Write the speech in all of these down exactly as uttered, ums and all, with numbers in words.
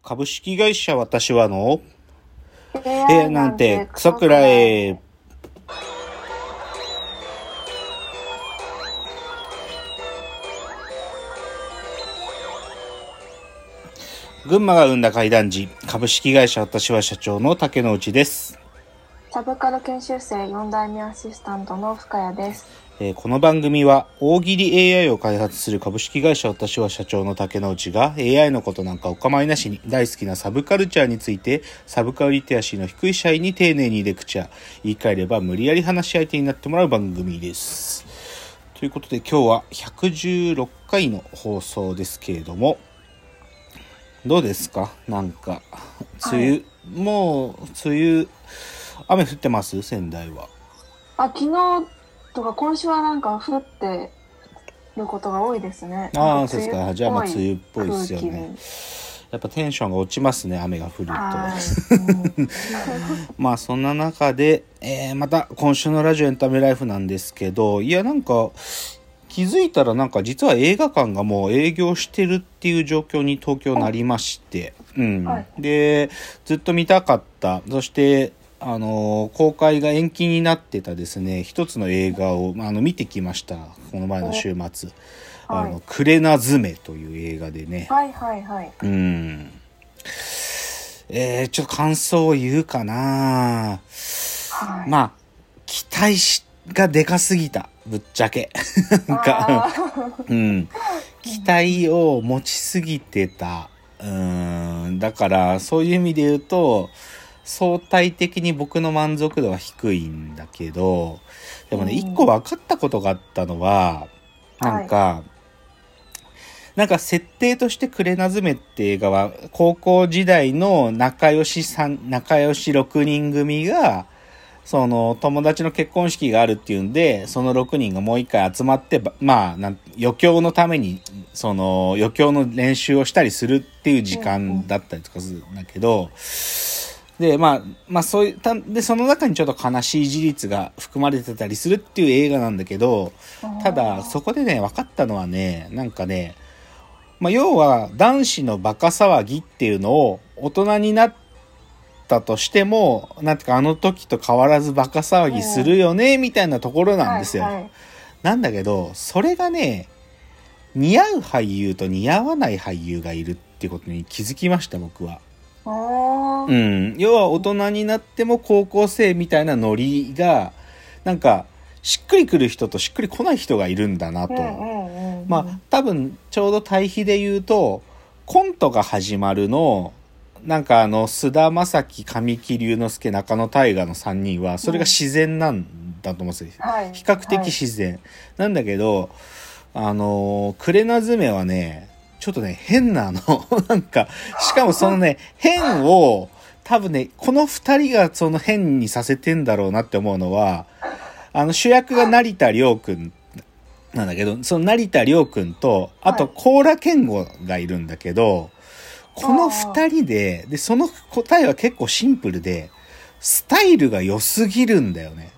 株式会社私はのええー、なんてクソくらえ。群馬が生んだ怪談時、株式会社私は社長の竹之内です。 サブカル研修生よん代目アシスタントの深谷です。 えー、この番組は大喜利 エーアイ を開発する株式会社私は社長の竹之内が エーアイ のことなんかお構いなしに大好きなサブカルチャーについてサブカルリテラシーの低い社員に丁寧にレクチャー、言い換えれば無理やり話し相手になってもらう番組です。ということで今日はひゃくじゅうろっかいの放送ですけれども、どうですか？なんか梅雨、はい、もう梅雨雨降ってます？仙台は。 あ、昨日とか今週はなんか降ってることが多いですね。 ああ、そうですか。じゃあまあ梅雨っぽいですよね。やっぱテンションが落ちますね、雨が降ると。うん、まあそんな中で、えー、また今週のラジオエンタメライフなんですけど、いやなんか気づいたらなんか実は映画館がもう営業してるっていう状況に東京なりまして、うん、はい、でずっと見たかった、そしてあの公開が延期になってたですね一つの映画をあの見てきました。この前の週末、はい、あのクレナズメという映画でね、 はいはいはい、 うん、えー、ちょっと感想を言うかな、はい、まあ期待しがでかすぎた、ぶっちゃけなんか、うん、期待を持ちすぎてた、うーん、だからそういう意味で言うと相対的に僕の満足度は低いんだけど、でもね、一個分かったことがあったのは、なんか、はい、なんか設定としてクレナズメって映画は高校時代の仲良しさん、仲良しろくにん組がその友達の結婚式があるっていうんで、そのろくにんがもう一回集まって、まあなん余興のためにその余興の練習をしたりするっていう時間だったりとかするんだけど、でまあまあそういうたでその中にちょっと悲しい事実が含まれてたりするっていう映画なんだけど、ただそこでね分かったのはね、なんかね、まあ要は男子のバカ騒ぎっていうのを大人になってたとしてもなんてかあの時と変わらずバカ騒ぎするよねみたいなところなんですよ、はいはい、なんだけどそれがね似合う俳優と似合わない俳優がいるっていうことに気づきました、僕は。うん、要は大人になっても高校生みたいなノリがなんかしっくりくる人としっくりこない人がいるんだなと、うんうんうん、まあ多分ちょうど対比で言うとコントが始まるのなんかあの菅田将暉、神木隆之介、中野大河のさんにんはそれが自然なんだと思うんですよ、はい、比較的自然、はい、なんだけどあのクレナズメはねちょっとね変なのなんかしかもそのね変を多分ねこのふたりがその変にさせてんだろうなって思うのは、あの主役が成田凌くんなんだけど、その成田凌くんとあと高良健吾がいるんだけど、この二人で、で、その答えは結構シンプルで、スタイルが良すぎるんだよね。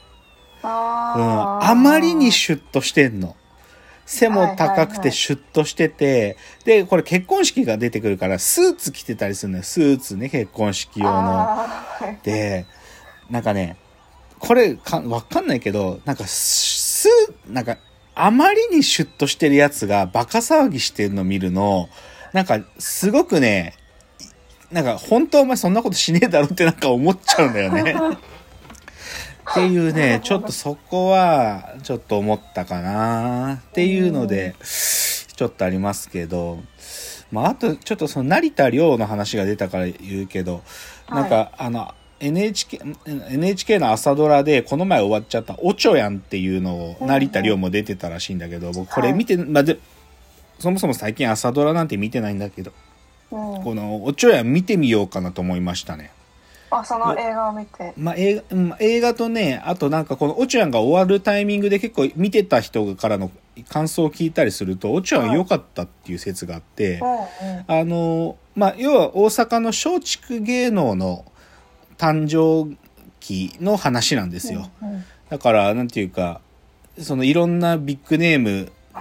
あ,、うん、あまりにシュッとしてんの。背も高くてシュッとしてて、はいはいはい、で、これ結婚式が出てくるからスーツ着てたりするのよ。スーツね、結婚式用の。で、なんかね、これか、わかんないけど、なんか、スー、なんか、あまりにシュッとしてるやつがバカ騒ぎしてるの見るの、なんかすごくね、なんか本当お前そんなことしねえだろってなんか思っちゃうんだよねっていうね、ちょっとそこはちょっと思ったかなっていうのでちょっとありますけど、まああとちょっとその成田凌の話が出たから言うけど、なんかあの エヌエイチケー エヌエイチケー の朝ドラでこの前終わっちゃったおちょやんっていうのを成田凌も出てたらしいんだけど、僕これ見て、まあでそもそも最近朝ドラなんて見てないんだけど、うん、このおちょや見てみようかなと思いましたね。 あ、その映画を見て、 まあ、映画、まあ、映画とね、あとなんかこのおちょやんが終わるタイミングで結構見てた人からの感想を聞いたりするとおちょやん良かったっていう説があって、うんうん、あのまあ要は大阪の松竹芸能の誕生期の話なんですよ、うんうん、だからなんていうかそのいろんなビッグネーム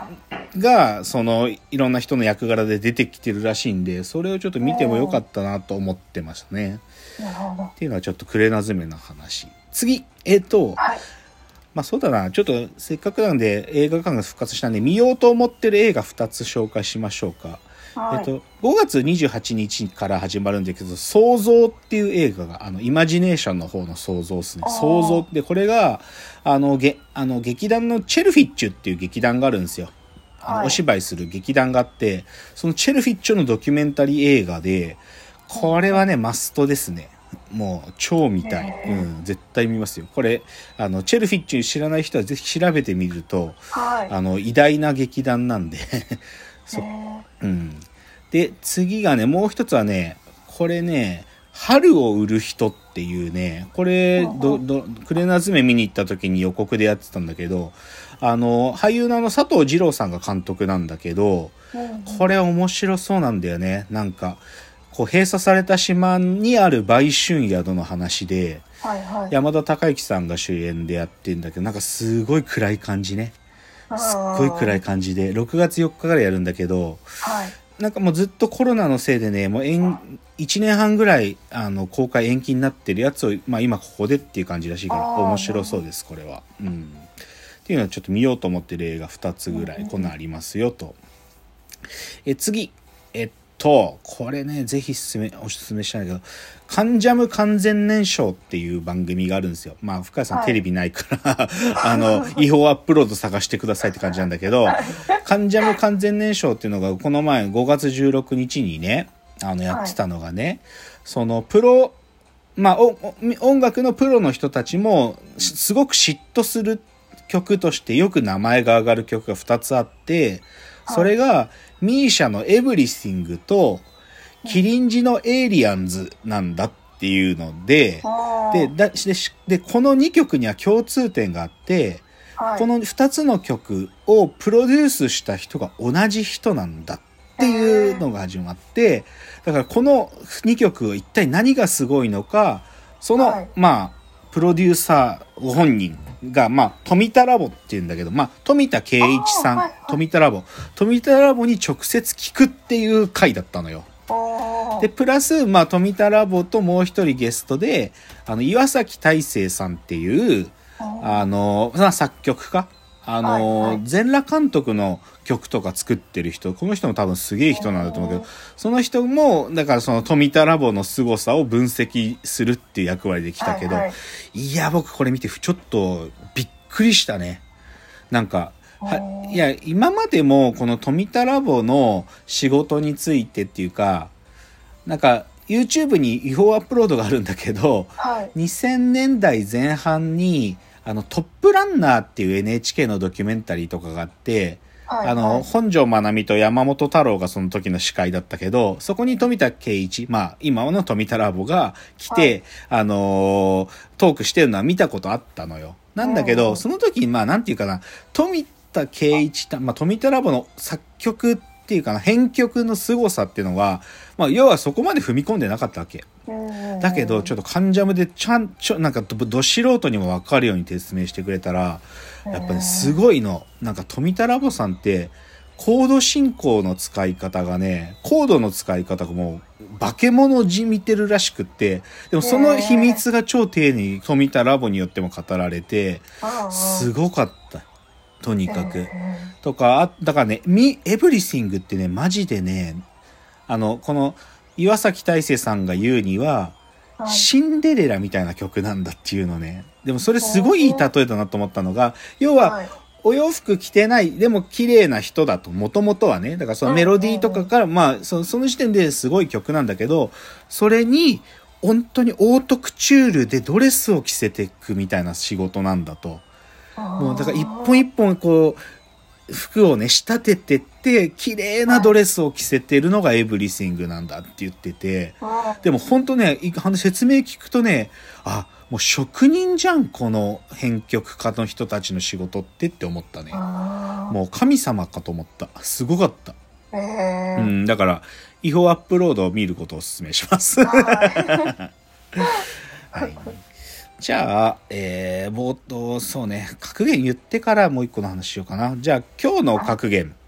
がそのいろんな人の役柄で出てきてるらしいんで、それをちょっと見てもよかったなと思ってましたね。 なるほど。 っていうのはちょっとクレナズメの話。次、えっと、 はい、 まあそうだな、ちょっとせっかくなんで映画館が復活したんで見ようと思ってる映画ふたつ紹介しましょうか。 はい、 えっと、ごがつにじゅうはちにちから始まるんだけど、創造っていう映画が、あの、イマジネーションの方の創造ですね。創造って、これが、あの、げ、あの、劇団のチェルフィッチュっていう劇団があるんですよ。あの、はい、お芝居する劇団があって、そのチェルフィッチュのドキュメンタリー映画で、これはね、マストですね。もう、超見たい。うん、絶対見ますよ。これ、あの、チェルフィッチュ知らない人はぜひ調べてみると、はい、あの、偉大な劇団なんで、そ、うん。で、次がね、もう一つはね、これね、春を売る人っていうね、これ、ど、ど、クレナズメ見に行った時に予告でやってたんだけど、あの、俳優のあの佐藤二朗さんが監督なんだけど、これ面白そうなんだよね。なんか、こう閉鎖された島にある売春宿の話で、はいはい、山田孝之さんが主演でやってんだけど、なんかすごい暗い感じね。すっごい暗い感じで、ろくがつよっかからやるんだけど、はい、なんかもうずっとコロナのせいでね、もういちねんはんぐらいあの公開延期になってるやつを、まあ、今ここでっていう感じらしいから面白そうです、これは。うん、っていうのはちょっと見ようと思ってる映画ふたつぐらいこんなんありますよと。え次、えっとこれねぜひすすめおすすめしたいんだけど、カンジャム完全燃焼っていう番組があるんですよ。まあ深谷さん、はい、テレビないからあの違法アップロード探してくださいって感じなんだけど、カンジャム完全燃焼っていうのがこの前ごがつじゅうろくにちにねあのやってたのがね、はい、そのプロまあ音楽のプロの人たちもすごく嫉妬する曲としてよく名前が上がる曲がふたつあって、それがミーシャのエブリシングとキリンジのエイリアンズなんだっていうので、で、だで、でこのにきょくには共通点があって、はい、このふたつの曲をプロデュースした人が同じ人なんだっていうのが始まって、だからこのにきょく一体何がすごいのか、その、はい、まあ、プロデューサーご本人が、まあ、富田ラボっていうんだけど、まあ、富田圭一さん、はいはい、富田ラボ、富田ラボに直接聞くっていう回だったのよ。で、プラス、まあ、富田ラボともう一人ゲストで、あの、岩崎大成さんっていう、あの、作曲家、あの、はいはい、全裸監督の曲とか作ってる人、この人も多分すげえ人なんだと思うけど、その人も、だからその富田ラボの凄さを分析するっていう役割で来たけど、はいはい、いや、僕これ見てちょっとびっくりしたね。なんか、はいや、今までもこの富田ラボの仕事についてっていうか、なんか YouTube に違法アップロードがあるんだけど、はい、にせんねんだいぜん半にあのトップランナーっていう エヌエイチケー のドキュメンタリーとかがあって、はいはい、あの本上まなみと山本太郎がその時の司会だったけど、そこに富田圭一、まあ今の富田ラボが来て、はい、あのー、トークしてるのは見たことあったのよ。なんだけど、その時にまあなんていうかな、富田圭一、まあ富田ラボの作曲っていうかな、編曲の凄さっていうのは、まあ要はそこまで踏み込んでなかったわけ。だけどちょっとカンジャムでちゃんちょなんか ど, ど素人にも分かるように説明してくれたら、やっぱり、ね、すごいの。なんか富田ラボさんってコード進行の使い方がね、コードの使い方がもう化け物じみてるらしくって、でもその秘密が超丁寧に富田ラボによっても語られて、すごかった。とにかく。とか、だからね、ミエブリシングってね、マジでね、あの、この岩崎大成さんが言うには、シンデレラみたいな曲なんだっていうのね。でもそれすごいいい例えだなと思ったのが、要は、お洋服着てない、でも綺麗な人だと、もともとはね。だからそのメロディーとかから、まあそ、その時点ですごい曲なんだけど、それに、本当にオートクチュールでドレスを着せていくみたいな仕事なんだと。もうだから一本一本こう、服をね、仕立ててって、綺麗なドレスを着せてるのがエブリシングなんだって言ってて、でも本当ね、説明聞くとね、あ、もう職人じゃん、この編曲家の人たちの仕事ってって思ったね。もう神様かと思った。すごかった。えー、うん、だから違法アップロードを見ることをお勧めします。はい。じゃあ、えー、冒頭、そうね、格言言ってからもう一個の話しようかな。じゃあ、今日の格言。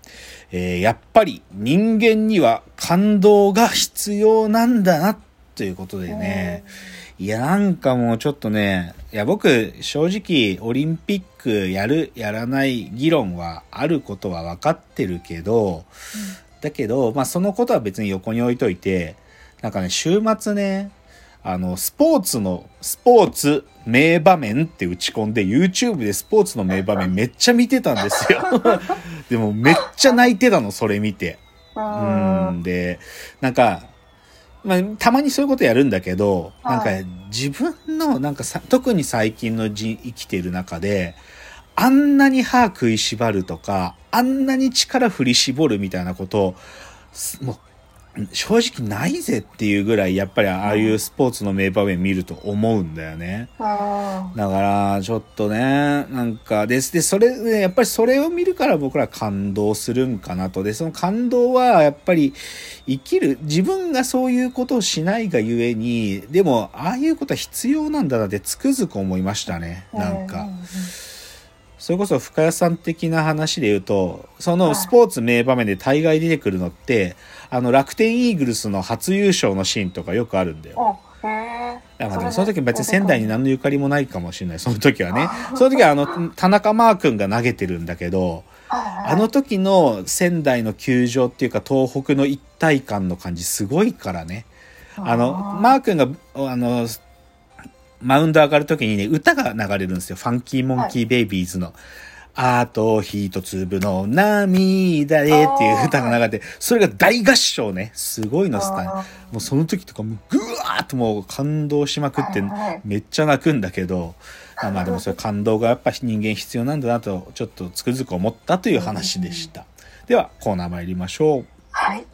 えー、やっぱり人間には感動が必要なんだなということでね、いやなんかもうちょっとね、いや僕正直オリンピックやるやらない議論はあることは分かってるけど、うん、だけどまあそのことは別に横に置いといて、なんかね週末ね、あのスポーツのスポーツ名場面って打ち込んで YouTube でスポーツの名場面めっちゃ見てたんですよでもめっちゃ泣いてたの、それ見て。うんでなんかまあ、たまにそういうことやるんだけど、なんか自分のなんかさ特に最近のじ生きている中であんなに歯食いしばるとかあんなに力振り絞るみたいなことをもう正直ないぜっていうぐらいやっぱりああいうスポーツの名場面見ると思うんだよね。だからちょっとねなんかですでそれでやっぱりそれを見るから僕ら感動するんかなと。でその感動はやっぱり生きる自分がそういうことをしないがゆえにでもああいうことは必要なんだなってつくづく思いましたね。なんかそれこそ深谷さん的な話で言うとそのスポーツ名場面で大概出てくるのってあの楽天イーグルスの初優勝のシーンとかよくあるんだよ。だからでもその時別に仙台に何のゆかりもないかもしれない。その時はねその時はあの田中マー君が投げてるんだけど、あの時の仙台の球場っていうか東北の一体感の感じすごいからね。あのマー君があのマウンド上がる時にね歌が流れるんですよ。ファンキーモンキーベイビーズの、はい、あと一粒の涙でっていう歌が流れて、それが大合唱ね、すごいのスタイル。もうその時とかもうぐわーっともう感動しまくってめっちゃ泣くんだけど、まあでもそれ感動がやっぱ人間必要なんだなとちょっとつくづく思ったという話でした。ではコーナー参りましょう。 はい。